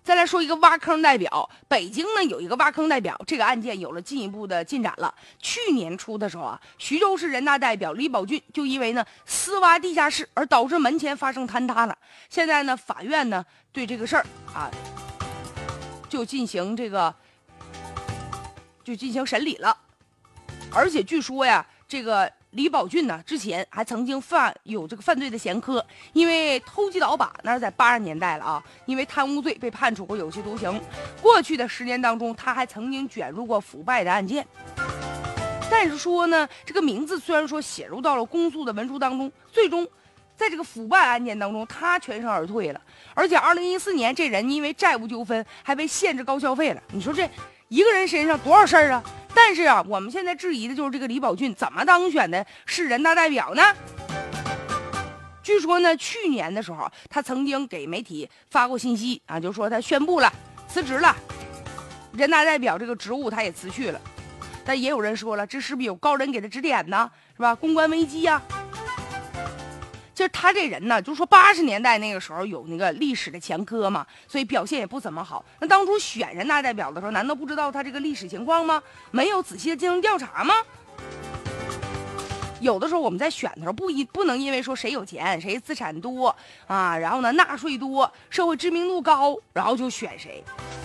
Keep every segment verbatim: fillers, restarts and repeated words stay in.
再来说一个挖坑代表，北京呢有一个挖坑代表，这个案件有了进一步的进展了。去年初的时候啊，徐州市人大代表李宝俊就因为呢私挖地下室而导致门前发生坍塌了。现在呢，法院呢对这个事儿啊就进行这个就进行审理了，而且据说呀，这个李宝俊呢，之前还曾经犯有这个犯罪的前科，因为偷鸡倒把，那是在八十年代了啊，因为贪污罪被判处过有期徒刑。过去的十年当中，他还曾经卷入过腐败的案件。但是说呢，这个名字虽然说写入到了公诉的文书当中，最终在这个腐败案件当中，他全身而退了。而且二零一四年，这人因为债务纠纷还被限制高消费了。你说这一个人身上多少事儿啊？但是啊，我们现在质疑的就是这个李宝俊怎么当选的市人大代表呢？据说呢，去年的时候，他曾经给媒体发过信息啊，就说他宣布了辞职了，人大代表这个职务他也辞去了。但也有人说了，这是不是有高人给他指点呢？是吧？公关危机呀、啊。就是他这人呢，就是说八十年代那个时候有那个历史的前科嘛，所以表现也不怎么好。那当初选人大代表的时候，难道不知道他这个历史情况吗？没有仔细的进行调查吗？有的时候我们在选的时候不一不能因为说谁有钱谁资产多啊，然后呢纳税多社会知名度高，然后就选谁。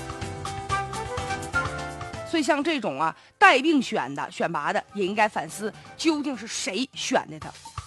所以像这种啊带病选的选拔的，也应该反思究竟是谁选的他。